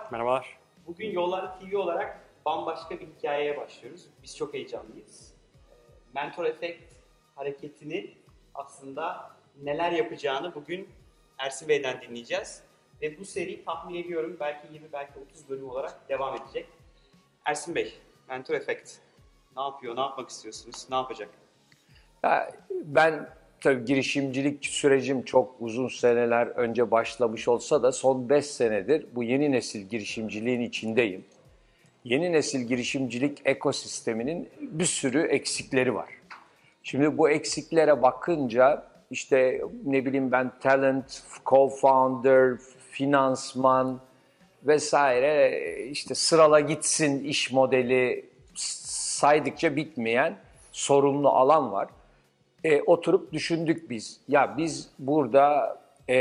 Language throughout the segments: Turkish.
Merhabalar. Bugün Yollar TV olarak bambaşka bir hikayeye başlıyoruz. Biz çok heyecanlıyız. Mentor Effect hareketini aslında neler yapacağını bugün Ersin Bey'den dinleyeceğiz. Ve bu seri tahmin ediyorum belki 20 belki 30 bölüm olarak devam edecek. Ersin Bey, Mentor Effect ne yapıyor, ne yapmak istiyorsunuz, ne yapacak? Ben tabii girişimcilik sürecim çok uzun seneler önce başlamış olsa da son 5 senedir bu yeni nesil girişimciliğin içindeyim. Yeni nesil girişimcilik ekosisteminin bir sürü eksikleri var. Şimdi bu eksiklere bakınca işte ne bileyim ben talent, co-founder, finansman vesaire işte sırala gitsin iş modeli saydıkça bitmeyen sorumlu alan var. Oturup düşündük biz. Ya biz burada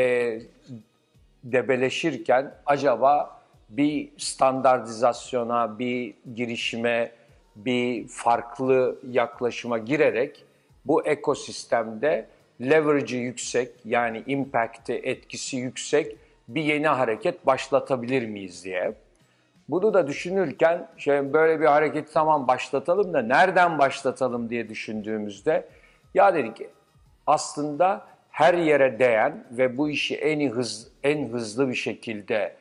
debeleşirken acaba bir standartizasyona, bir girişime, bir farklı yaklaşıma girerek bu ekosistemde leverage'ı yüksek yani impact'i, etkisi yüksek bir yeni hareket başlatabilir miyiz diye. Bunu da düşünürken böyle bir hareketi tamam başlatalım da nereden başlatalım diye düşündüğümüzde ya dedik aslında her yere değen ve bu işi en hızlı bir şekilde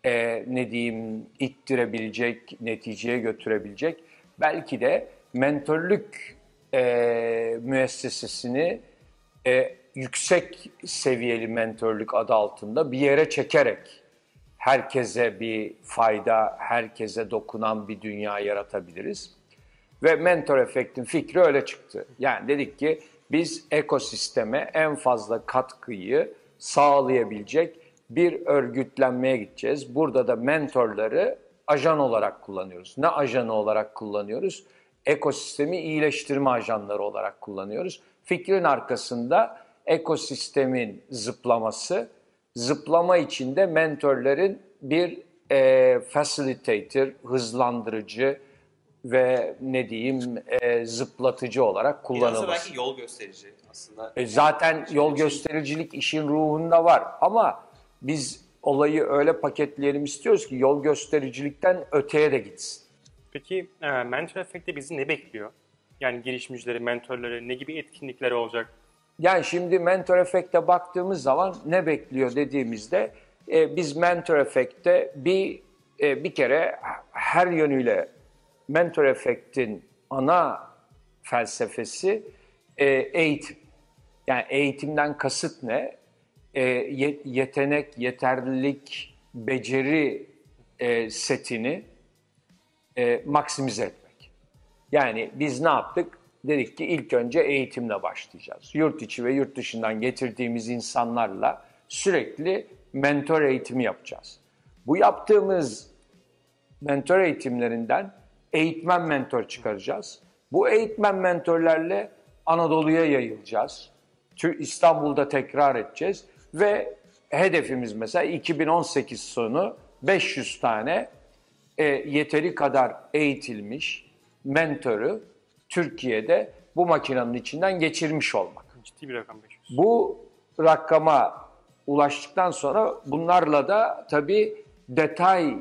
ittirebilecek, neticeye götürebilecek belki de mentörlük müessesesini yüksek seviyeli mentörlük adı altında bir yere çekerek herkese bir fayda, herkese dokunan bir dünya yaratabiliriz. Ve mentor efektin fikri öyle çıktı. Yani dedik ki biz ekosisteme en fazla katkıyı sağlayabilecek bir örgütlenmeye gideceğiz. Burada da mentorları ajan olarak kullanıyoruz. Ne ajanı olarak kullanıyoruz? Ekosistemi iyileştirme ajanları olarak kullanıyoruz. Fikrin arkasında ekosistemin zıplaması, zıplama içinde mentorların bir facilitator, hızlandırıcı ve zıplatıcı olarak kullanılması. Biraz da belki yol gösterici aslında. Zaten yol göstericilik işin ruhunda var ama biz olayı öyle paketleyelim istiyoruz ki yol göstericilikten öteye de gitsin. Peki Mentor Effect'te bizi ne bekliyor? Yani girişimcileri, mentorları ne gibi etkinlikleri olacak? Yani şimdi Mentor Effect'e baktığımız zaman ne bekliyor dediğimizde biz Mentor Effect'te bir kere her yönüyle Mentor Effect'in ana felsefesi eğitim. Yani eğitimden kasıt ne? Yetenek, yeterlilik, beceri setini maksimize etmek. Yani biz ne yaptık? Dedik ki ilk önce eğitimle başlayacağız. Yurt içi ve yurt dışından getirdiğimiz insanlarla sürekli mentor eğitimi yapacağız. Bu yaptığımız mentor eğitimlerinden eğitmen mentor çıkaracağız. Bu eğitmen mentorlarla Anadolu'ya yayılacağız. İstanbul'da tekrar edeceğiz ve hedefimiz mesela 2018 sonu 500 tane yeteri kadar eğitilmiş mentoru Türkiye'de bu makinenin içinden geçirmiş olmak. Ciddi bir rakam 500. Bu rakama ulaştıktan sonra bunlarla da tabii detay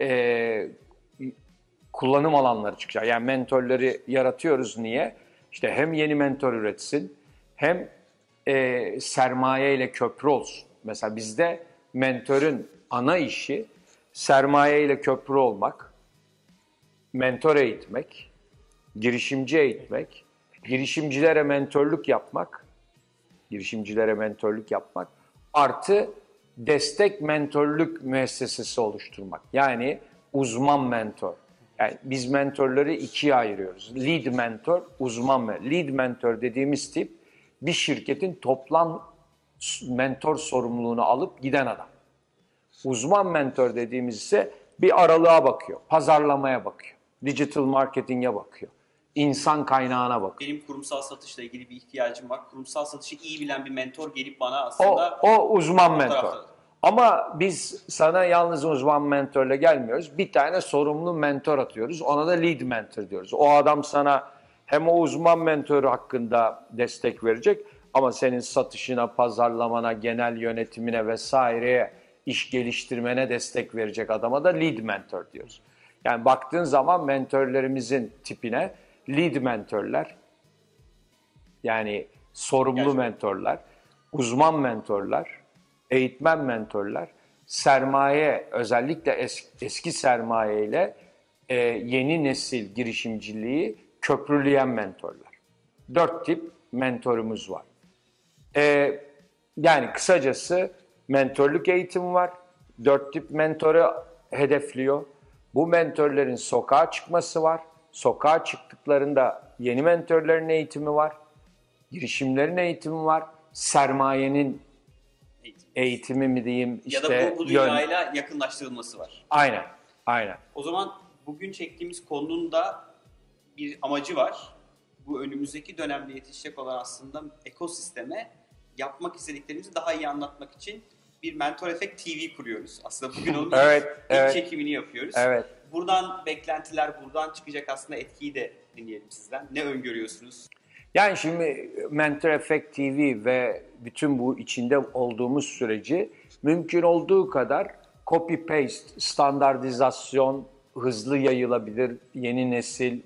kullanım alanları çıkacak. Yani mentorları yaratıyoruz niye? İşte hem yeni mentor üretsin hem sermaye ile köprü olsun. Mesela bizde mentörün ana işi sermaye ile köprü olmak, mentor eğitmek, girişimci eğitmek, girişimcilere mentorluk yapmak, artı destek mentorluk müessesesi oluşturmak. Yani uzman mentor. Yani biz mentorları ikiye ayırıyoruz. Lead mentor, uzman mentor. Lead mentor dediğimiz tip bir şirketin toplam mentor sorumluluğunu alıp giden adam. Uzman mentor dediğimiz ise bir aralığa bakıyor, pazarlamaya bakıyor, digital marketing'e bakıyor, insan kaynağına bakıyor. Benim kurumsal satışla ilgili bir ihtiyacım var. Kurumsal satışı iyi bilen bir mentor gelip bana aslında... O uzman mentor. Tarafta. Ama biz sana yalnız uzman mentorla gelmiyoruz. Bir tane sorumlu mentor atıyoruz. Ona da lead mentor diyoruz. O adam sana hem o uzman mentoru hakkında destek verecek ama senin satışına, pazarlamana, genel yönetimine vesaireye iş geliştirmene destek verecek adama da lead mentor diyoruz. Yani baktığın zaman mentörlerimizin tipine lead mentörler, yani sorumlu mentorlar, uzman mentorlar, eğitmen mentorlar, sermaye, özellikle eski sermaye ile yeni nesil girişimciliği köprüleyen mentorlar. 4 tip mentorumuz var. Yani kısacası mentorluk eğitimi var. 4 tip mentoru hedefliyor. Bu mentorların sokağa çıkması var. Sokağa çıktıklarında yeni mentorların eğitimi var. Girişimlerin eğitimi var. Sermayenin eğitimi mi diyeyim, işte ya da bu dünyayla yakınlaştırılması var. Aynen, aynen. O zaman bugün çektiğimiz konunun da bir amacı var. Bu önümüzdeki dönemde yetişecek olan aslında ekosisteme yapmak istediklerimizi daha iyi anlatmak için bir Mentor Effect TV kuruyoruz. Aslında bugün onun ilk çekimini yapıyoruz. Evet. Buradan beklentiler, buradan çıkacak aslında etkiyi de dinleyelim sizden. Ne öngörüyorsunuz? Yani şimdi Mentor Effect TV ve bütün bu içinde olduğumuz süreci mümkün olduğu kadar copy-paste, standartizasyon, hızlı yayılabilir, yeni nesil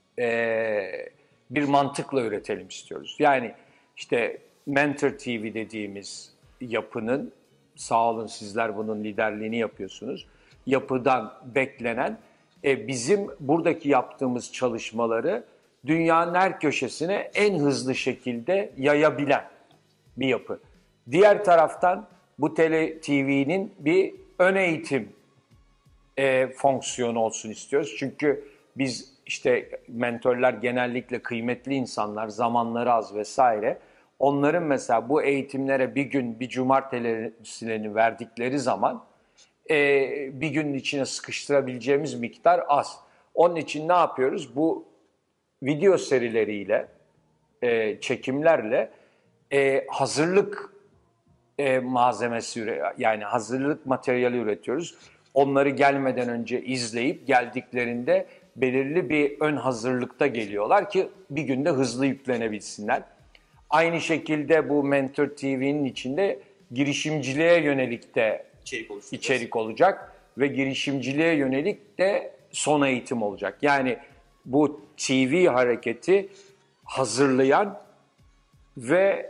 bir mantıkla üretelim istiyoruz. Yani işte Mentor TV dediğimiz yapının, sağ olun sizler bunun liderliğini yapıyorsunuz, yapıdan beklenen bizim buradaki yaptığımız çalışmaları dünyanın her köşesine en hızlı şekilde yayabilen bir yapı. Diğer taraftan bu Tele TV'nin bir ön eğitim fonksiyonu olsun istiyoruz. Çünkü biz işte mentorlar genellikle kıymetli insanlar, zamanları az vesaire. Onların mesela bu eğitimlere bir gün bir cumartesilerini verdikleri zaman bir günün içine sıkıştırabileceğimiz miktar az. Onun için ne yapıyoruz? Bu video serileriyle, çekimlerle hazırlık malzemesi, yani hazırlık materyali üretiyoruz. Onları gelmeden önce izleyip geldiklerinde belirli bir ön hazırlıkta geliyorlar ki bir günde hızlı yüklenebilsinler. Aynı şekilde bu Mentor TV'nin içinde girişimciliğe yönelik de içerik olacak ve girişimciliğe yönelik de son eğitim olacak. Yani bu TV hareketi hazırlayan ve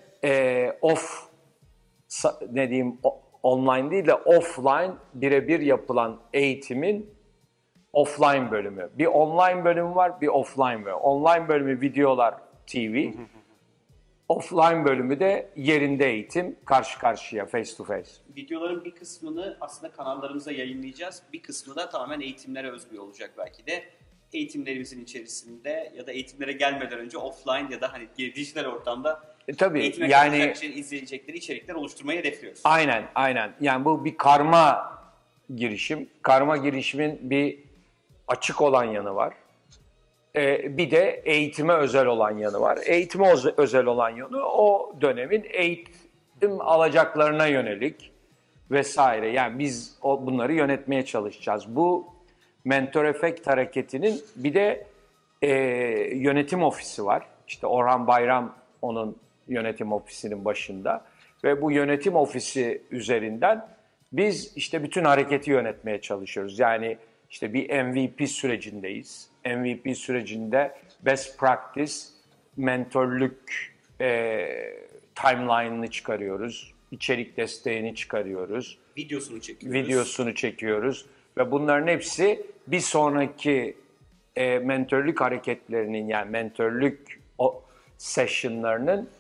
online değil de offline birebir yapılan eğitimin offline bölümü. Bir online bölümü var, bir offline bölümü. Online bölümü videolar TV, offline bölümü de yerinde eğitim, karşı karşıya, face to face. Videoların bir kısmını aslında kanallarımıza yayınlayacağız. Bir kısmı da tamamen eğitimlere özgü olacak belki de. Eğitimlerimizin içerisinde ya da eğitimlere gelmeden önce offline ya da hani dijital ortamda tabii, eğitime yani katılacak kişilerin izleyecekleri içerikler oluşturmayı hedefliyoruz. Aynen. Yani bu bir karma girişim. Karma girişimin bir açık olan yanı var. Bir de eğitime özel olan yanı var. Eğitime özel olan yanı o dönemin eğitim alacaklarına yönelik vesaire. Yani biz bunları yönetmeye çalışacağız. Bu Mentor Effect hareketinin bir de yönetim ofisi var. İşte Orhan Bayram onun yönetim ofisinin başında. Ve bu yönetim ofisi üzerinden biz işte bütün hareketi yönetmeye çalışıyoruz. Yani işte bir MVP sürecindeyiz. MVP sürecinde best practice, mentorluk timeline'ını çıkarıyoruz. İçerik desteğini çıkarıyoruz. Videosunu çekiyoruz. Ve bunların hepsi bir sonraki mentorluk hareketlerinin, yani mentorluk session'larının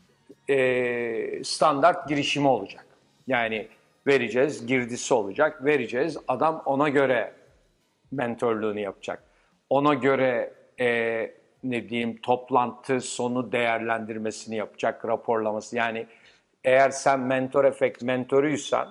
standart girişimi olacak. Yani vereceğiz, girdisi olacak, vereceğiz. Adam ona göre mentorluğunu yapacak. Ona göre toplantı sonu değerlendirmesini yapacak, raporlaması. Yani eğer sen Mentor Effect mentoruysan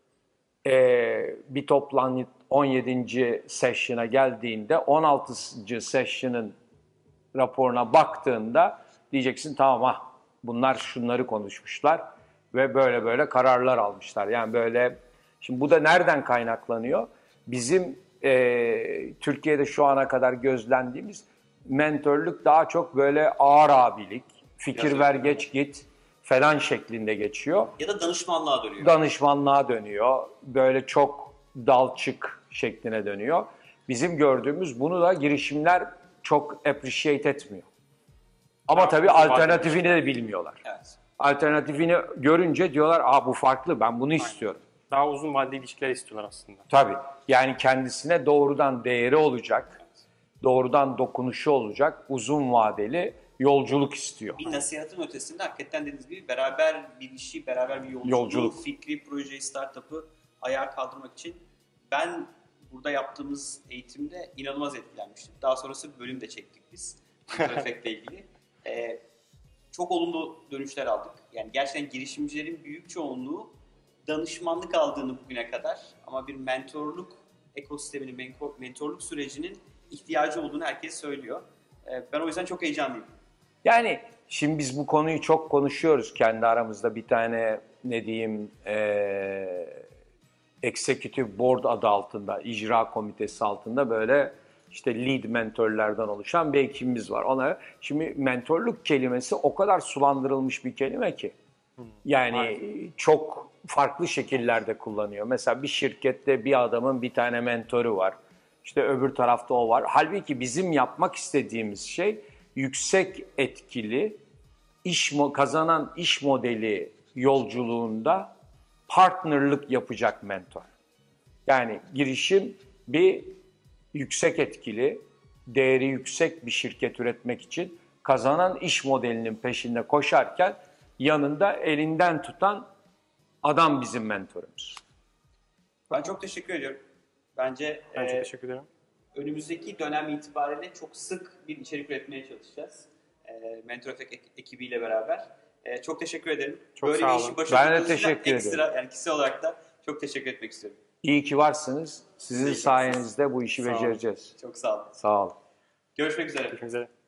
bir toplantı 17. session'a geldiğinde 16. session'ın raporuna baktığında diyeceksin tamam bunlar şunları konuşmuşlar ve böyle böyle kararlar almışlar. Yani böyle, şimdi bu da nereden kaynaklanıyor? Bizim Türkiye'de şu ana kadar gözlendiğimiz mentorluk daha çok böyle ağır abilik, fikir ver geç git, falan şeklinde geçiyor. Ya da danışmanlığa dönüyor. Danışmanlığa dönüyor. Böyle çok dalçık şekline dönüyor. Bizim gördüğümüz bunu da girişimler çok appreciate etmiyor. Ama Daha tabii uzun vadeli alternatifini de bilmiyorlar. Evet. Alternatifini görünce diyorlar, aa bu farklı, ben bunu istiyorum. Daha uzun vadeli ilişkiler istiyorlar aslında. Tabii. Yani kendisine doğrudan değeri olacak, doğrudan dokunuşu olacak, uzun vadeli yolculuk istiyor. Bir nasihatın ötesinde hakikaten dediğiniz gibi beraber bir işi, beraber bir Yolculuk. fikri, projeyi, startup'ı ayağa kaldırmak için ben burada yaptığımız eğitimde inanılmaz etkilenmiştim. Daha sonrası bir bölüm de çektik biz. Mentor Efekt'le ilgili. Çok olumlu dönüşler aldık. Yani gerçekten girişimcilerin büyük çoğunluğu danışmanlık aldığını bugüne kadar ama bir mentorluk ekosisteminin, mentorluk sürecinin ihtiyacı olduğunu herkes söylüyor. Ben o yüzden çok heyecanlıyım. Yani şimdi biz bu konuyu çok konuşuyoruz kendi aramızda. Bir tane ne diyeyim Executive Board adı altında, icra komitesi altında böyle işte lead mentörlerden oluşan bir ekibimiz var. Ona şimdi mentorluk kelimesi o kadar sulandırılmış bir kelime ki. Yani çok farklı şekillerde kullanıyor. Mesela bir şirkette bir adamın bir tane mentoru var. İşte öbür tarafta o var. Halbuki bizim yapmak istediğimiz şey yüksek etkili kazanan iş modeli yolculuğunda partnerlık yapacak mentor. Yani girişim bir yüksek etkili, değeri yüksek bir şirket üretmek için kazanan iş modelinin peşinde koşarken yanında elinden tutan adam bizim mentorumuz. Ben çok teşekkür ediyorum. Bence Ben çok teşekkür ederim. önümüzdeki dönem itibariyle çok sık bir içerik üretmeye çalışacağız. Mentor Efekt ekibiyle beraber. Çok teşekkür ederim. Çok böyle sağ bir olun. işi Ben de başardığınız için teşekkür ekstra, yani kişisel olarak da çok teşekkür etmek istiyorum. İyi ki varsınız. Sizin Teşekkür sayenizde bu işi Sağ olun. becereceğiz. Çok sağ olun. Sağ olun. Görüşmek üzere. Görüşmek üzere.